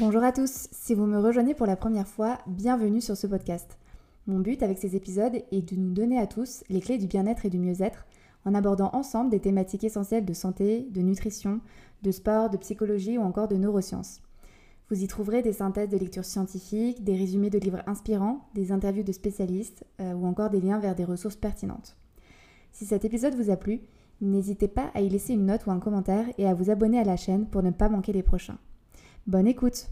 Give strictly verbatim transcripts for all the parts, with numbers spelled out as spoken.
Bonjour à tous, si vous me rejoignez pour la première fois, bienvenue sur ce podcast. Mon but avec ces épisodes est de nous donner à tous les clés du bien-être et du mieux-être en abordant ensemble des thématiques essentielles de santé, de nutrition, de sport, de psychologie ou encore de neurosciences. Vous y trouverez des synthèses de lectures scientifiques, des résumés de livres inspirants, des interviews de spécialistes euh, ou encore des liens vers des ressources pertinentes. Si cet épisode vous a plu, n'hésitez pas à y laisser une note ou un commentaire et à vous abonner à la chaîne pour ne pas manquer les prochains. Bonne écoute!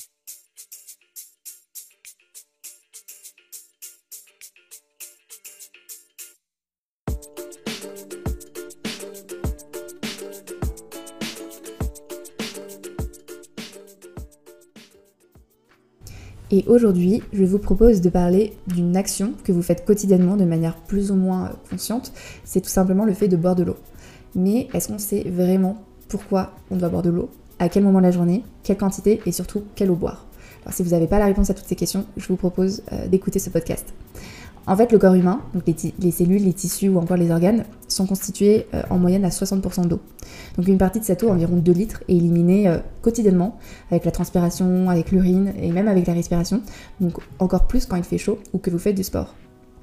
Et aujourd'hui, je vous propose de parler d'une action que vous faites quotidiennement de manière plus ou moins consciente. C'est tout simplement le fait de boire de l'eau. Mais est-ce qu'on sait vraiment pourquoi on doit boire de l'eau ? À quel moment de la journée ? Quelle quantité ? Et surtout, quelle eau boire ? Alors si vous n'avez pas la réponse à toutes ces questions, je vous propose euh, d'écouter ce podcast. En fait, le corps humain, donc les, t- les cellules, les tissus ou encore les organes, sont constitués euh, en moyenne à soixante pour cent d'eau. Donc une partie de cette eau, environ deux litres, est éliminée euh, quotidiennement avec la transpiration, avec l'urine et même avec la respiration. Donc encore plus quand il fait chaud ou que vous faites du sport.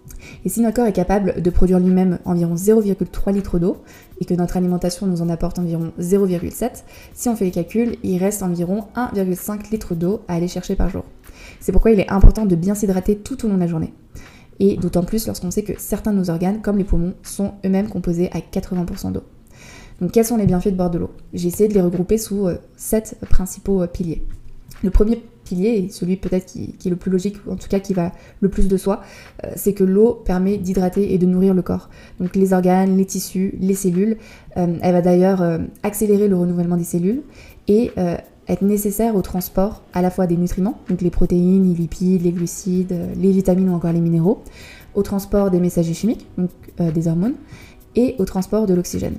Et si notre corps est capable de produire lui-même environ zéro virgule trois litres d'eau et que notre alimentation nous en apporte environ zéro virgule sept, si on fait les calculs, il reste environ un virgule cinq litres d'eau à aller chercher par jour. C'est pourquoi il est important de bien s'hydrater tout au long de la journée. Et d'autant plus lorsqu'on sait que certains de nos organes, comme les poumons, sont eux-mêmes composés à quatre-vingts pour cent d'eau. Donc quels sont les bienfaits de boire de l'eau ? J'ai essayé de les regrouper sous euh, sept principaux euh, piliers. Le premier pilier, et celui peut-être qui, qui est le plus logique, ou en tout cas qui va le plus de soi, euh, c'est que l'eau permet d'hydrater et de nourrir le corps. Donc les organes, les tissus, les cellules. Euh, elle va d'ailleurs euh, accélérer le renouvellement des cellules et euh, être nécessaire au transport à la fois des nutriments, donc les protéines, les lipides, les glucides, les vitamines ou encore les minéraux, au transport des messagers chimiques, donc euh, des hormones, et au transport de l'oxygène.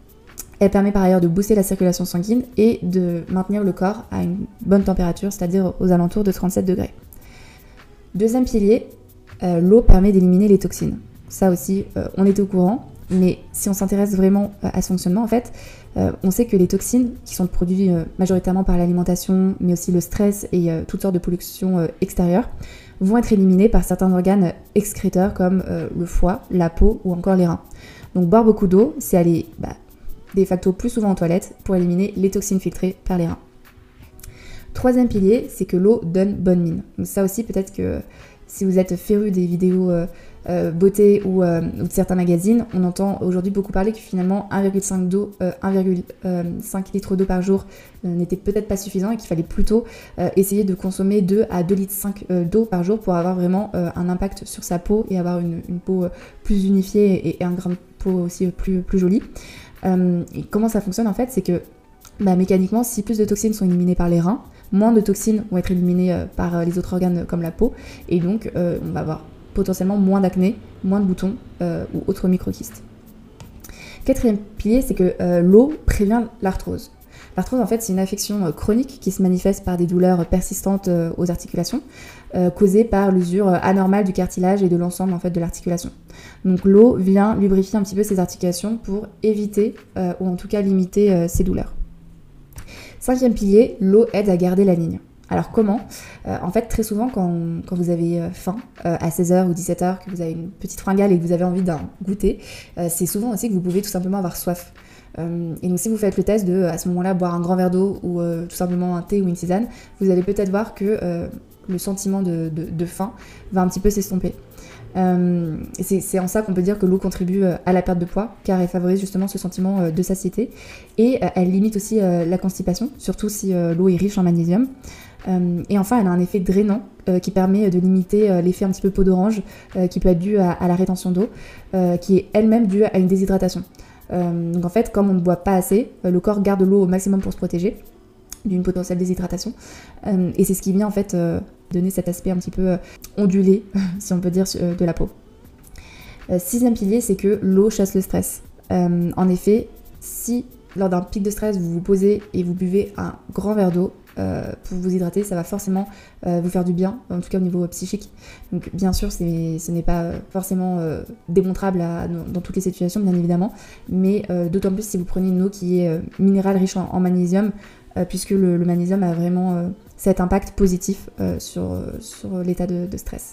Elle permet par ailleurs de booster la circulation sanguine et de maintenir le corps à une bonne température, c'est-à-dire aux alentours de trente-sept degrés. Deuxième pilier, euh, l'eau permet d'éliminer les toxines. Ça aussi, euh, on était au courant, mais si on s'intéresse vraiment à ce fonctionnement, en fait, euh, on sait que les toxines, qui sont produites euh, majoritairement par l'alimentation, mais aussi le stress et euh, toutes sortes de pollutions euh, extérieures, vont être éliminées par certains organes excréteurs comme euh, le foie, la peau ou encore les reins. Donc boire beaucoup d'eau, c'est aller bah, de facto plus souvent aux toilettes pour éliminer les toxines filtrées par les reins. Troisième pilier, c'est que l'eau donne bonne mine. Donc ça aussi, peut-être que si vous êtes féru des vidéos euh, euh, beauté ou, euh, ou de certains magazines, on entend aujourd'hui beaucoup parler que finalement un virgule cinq litres d'eau par jour euh, n'était peut-être pas suffisant et qu'il fallait plutôt euh, essayer de consommer deux à deux virgule cinq litres euh, d'eau par jour pour avoir vraiment euh, un impact sur sa peau et avoir une, une peau euh, plus unifiée et, et un grain de peau aussi euh, plus, plus joli. Euh, et comment ça fonctionne en fait, c'est que bah, mécaniquement, si plus de toxines sont éliminées par les reins, moins de toxines vont être éliminées euh, par euh, les autres organes euh, comme la peau, et donc euh, on va avoir potentiellement moins d'acné, moins de boutons euh, ou autres microkystes. Quatrième pilier, c'est que euh, l'eau prévient l'arthrose. L'arthrose, en fait, c'est une affection euh, chronique qui se manifeste par des douleurs persistantes euh, aux articulations, euh, causées par l'usure euh, anormale du cartilage et de l'ensemble en fait, de l'articulation. Donc l'eau vient lubrifier un petit peu ces articulations pour éviter euh, ou en tout cas limiter euh, ces douleurs. Cinquième pilier, l'eau aide à garder la ligne. Alors comment ? euh, En fait, très souvent, quand, quand vous avez euh, faim, euh, à seize heures ou dix-sept heures, que vous avez une petite fringale et que vous avez envie d'un goûter, euh, c'est souvent aussi que vous pouvez tout simplement avoir soif. Euh, et donc si vous faites le test de, à ce moment-là, boire un grand verre d'eau ou euh, tout simplement un thé ou une tisane, vous allez peut-être voir que euh, le sentiment de, de, de faim va un petit peu s'estomper. Euh, et c'est, c'est en ça qu'on peut dire que l'eau contribue à la perte de poids, car elle favorise justement ce sentiment de satiété et elle limite aussi la constipation, surtout si l'eau est riche en magnésium. Euh, et enfin, elle a un effet drainant euh, qui permet de limiter euh, l'effet un petit peu peau d'orange euh, qui peut être dû à, à la rétention d'eau, euh, qui est elle-même due à une déshydratation. Euh, donc en fait, comme on ne boit pas assez, euh, le corps garde l'eau au maximum pour se protéger d'une potentielle déshydratation. Euh, et c'est ce qui vient en fait euh, donner cet aspect un petit peu euh, ondulé, si on peut dire, euh, de la peau. Euh, sixième pilier, c'est que l'eau chasse le stress. Euh, en effet, si lors d'un pic de stress, vous vous posez et vous buvez un grand verre d'eau, Euh, pour vous hydrater, ça va forcément euh, vous faire du bien, en tout cas au niveau euh, psychique. Donc bien sûr, c'est, ce n'est pas forcément euh, démontrable à, dans, dans toutes les situations, bien évidemment, mais euh, d'autant plus si vous prenez une eau qui est euh, minérale, riche en, en magnésium, euh, puisque le, le magnésium a vraiment euh, cet impact positif euh, sur, euh, sur l'état de, de stress.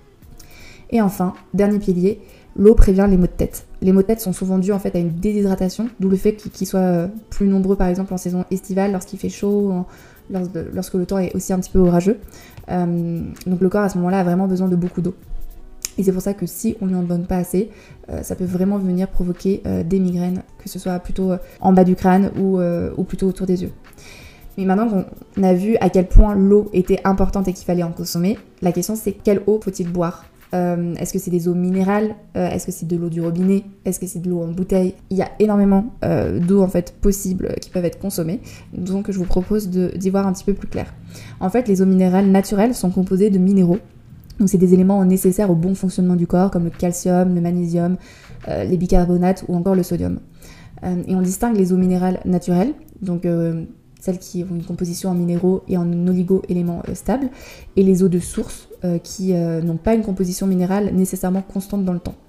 Et enfin, dernier pilier, l'eau prévient les maux de tête. Les maux de tête sont souvent dus en fait à une déshydratation, d'où le fait qu'ils soient plus nombreux par exemple en saison estivale, lorsqu'il fait chaud, en, lorsque le temps est aussi un petit peu orageux. Euh, donc le corps à ce moment-là a vraiment besoin de beaucoup d'eau. Et c'est pour ça que si on ne lui en donne pas assez, euh, ça peut vraiment venir provoquer euh, des migraines, que ce soit plutôt euh, en bas du crâne ou, euh, ou plutôt autour des yeux. Mais maintenant qu'on a vu à quel point l'eau était importante et qu'il fallait en consommer, la question c'est quelle eau faut-il boire ? Euh, est-ce que c'est des eaux minérales ? euh, Est-ce que c'est de l'eau du robinet ? Est-ce que c'est de l'eau en bouteille ? Il y a énormément euh, d'eau en fait possibles qui peuvent être consommées, donc je vous propose de, d'y voir un petit peu plus clair. En fait, les eaux minérales naturelles sont composées de minéraux, donc c'est des éléments nécessaires au bon fonctionnement du corps, comme le calcium, le magnésium, euh, les bicarbonates ou encore le sodium. Euh, et on distingue les eaux minérales naturelles, donc euh, celles qui ont une composition en minéraux et en oligo-éléments euh, stables, et les eaux de source euh, qui euh, n'ont pas une composition minérale nécessairement constante dans le temps.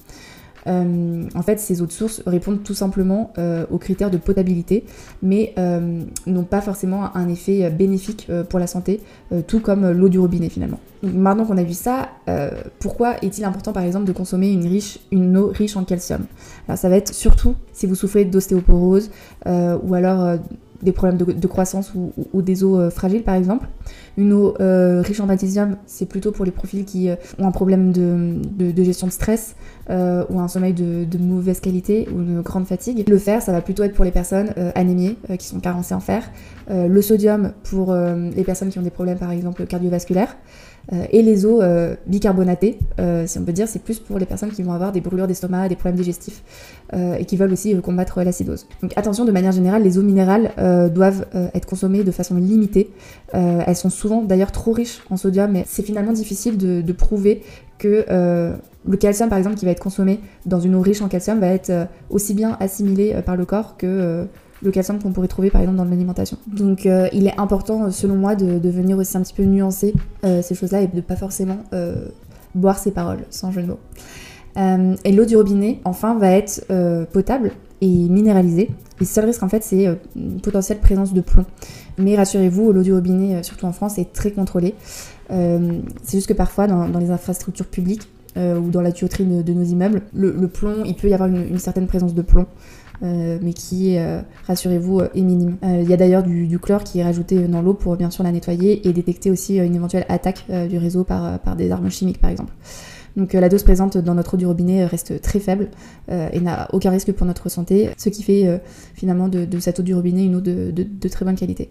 Euh, en fait, ces eaux de source répondent tout simplement euh, aux critères de potabilité, mais euh, n'ont pas forcément un effet bénéfique euh, pour la santé, euh, tout comme l'eau du robinet finalement. Donc maintenant qu'on a vu ça, euh, pourquoi est-il important par exemple de consommer une, riche, une eau riche en calcium ? Alors ça va être surtout si vous souffrez d'ostéoporose euh, ou alors euh, des problèmes de, de croissance ou, ou, ou des os euh, fragiles par exemple. Une eau euh, riche en magnésium, c'est plutôt pour les profils qui euh, ont un problème de, de, de gestion de stress euh, ou un sommeil de, de mauvaise qualité ou une grande fatigue. Le fer, ça va plutôt être pour les personnes euh, anémiées euh, qui sont carencées en fer. Euh, le sodium pour euh, les personnes qui ont des problèmes par exemple cardiovasculaires. Euh, et les eaux euh, bicarbonatées, euh, si on peut dire, c'est plus pour les personnes qui vont avoir des brûlures d'estomac, des problèmes digestifs euh, et qui veulent aussi euh, combattre l'acidose. Donc attention, de manière générale, les eaux minérales euh, doivent euh, être consommées de façon limitée. Euh, elles sont souvent d'ailleurs trop riches en sodium, mais c'est finalement difficile de, de prouver que euh, le calcium par exemple qui va être consommé dans une eau riche en calcium va être euh, aussi bien assimilé euh, par le corps que euh, le calcium qu'on pourrait trouver par exemple dans l'alimentation. Donc euh, il est important selon moi de, de venir aussi un petit peu nuancer euh, ces choses-là et de pas forcément euh, boire ces paroles, sans jeu de mots. Euh, et l'eau du robinet, enfin, va être euh, potable et minéralisée. Et le seul risque en fait c'est euh, une potentielle présence de plomb. Mais rassurez-vous, l'eau du robinet, euh, surtout en France, est très contrôlée. Euh, c'est juste que parfois dans, dans les infrastructures publiques euh, ou dans la tuyauterie de, de nos immeubles, le, le plomb, il peut y avoir une, une certaine présence de plomb. Euh, mais qui, euh, rassurez-vous, euh, est minime. Il euh, y a d'ailleurs du, du chlore qui est rajouté dans l'eau pour bien sûr la nettoyer et détecter aussi euh, une éventuelle attaque euh, du réseau par, euh, par des armes chimiques par exemple. Donc euh, la dose présente dans notre eau du robinet reste très faible euh, et n'a aucun risque pour notre santé, ce qui fait euh, finalement de, de cette eau du robinet une eau de, de, de très bonne qualité.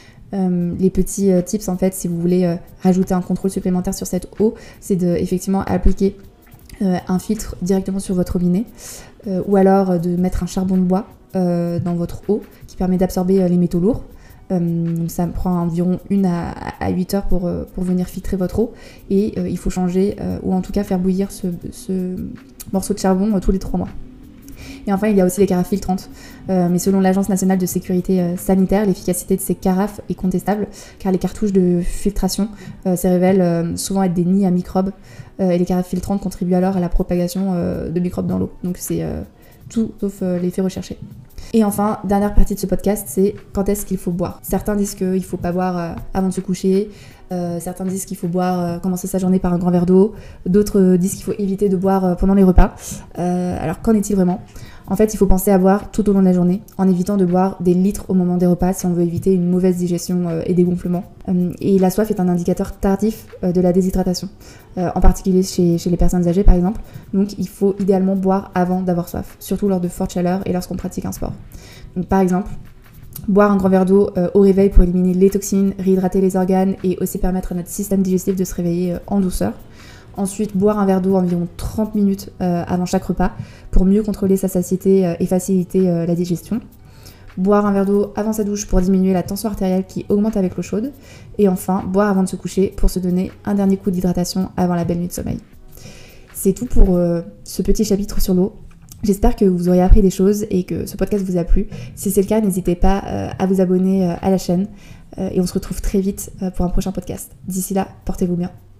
Euh, les petits euh, tips en fait, si vous voulez euh, rajouter un contrôle supplémentaire sur cette eau, c'est de effectivement appliquer euh, un filtre directement sur votre robinet. Euh, ou alors de mettre un charbon de bois euh, dans votre eau qui permet d'absorber euh, les métaux lourds. Euh, donc ça prend environ une à huit heures pour, euh, pour venir filtrer votre eau et euh, il faut changer euh, ou en tout cas faire bouillir ce, ce morceau de charbon euh, tous les trois mois. Et enfin, il y a aussi les carafes filtrantes. Euh, mais selon l'Agence nationale de sécurité euh, sanitaire, l'efficacité de ces carafes est contestable car les cartouches de filtration euh, se révèlent euh, souvent être des nids à microbes euh, et les carafes filtrantes contribuent alors à la propagation euh, de microbes dans l'eau. Donc c'est euh, tout sauf euh, l'effet recherché. Et enfin, dernière partie de ce podcast, c'est quand est-ce qu'il faut boire. Certains disent qu'il ne faut pas boire euh, avant de se coucher, euh, certains disent qu'il faut boire, euh, commencer sa journée par un grand verre d'eau, d'autres euh, disent qu'il faut éviter de boire euh, pendant les repas. Euh, alors qu'en est-il vraiment ? En fait, il faut penser à boire tout au long de la journée, en évitant de boire des litres au moment des repas si on veut éviter une mauvaise digestion euh, et des gonflements. Euh, et la soif est un indicateur tardif euh, de la déshydratation, euh, en particulier chez, chez les personnes âgées par exemple. Donc il faut idéalement boire avant d'avoir soif, surtout lors de fortes chaleurs et lorsqu'on pratique un sport. Donc par exemple, boire un grand verre d'eau euh, au réveil pour éliminer les toxines, réhydrater les organes et aussi permettre à notre système digestif de se réveiller euh, en douceur. Ensuite, boire un verre d'eau environ trente minutes euh, avant chaque repas pour mieux contrôler sa satiété euh, et faciliter euh, la digestion. Boire un verre d'eau avant sa douche pour diminuer la tension artérielle qui augmente avec l'eau chaude. Et enfin, boire avant de se coucher pour se donner un dernier coup d'hydratation avant la belle nuit de sommeil. C'est tout pour euh, ce petit chapitre sur l'eau. J'espère que vous aurez appris des choses et que ce podcast vous a plu. Si c'est le cas, n'hésitez pas euh, à vous abonner euh, à la chaîne. Euh, et on se retrouve très vite euh, pour un prochain podcast. D'ici là, portez-vous bien.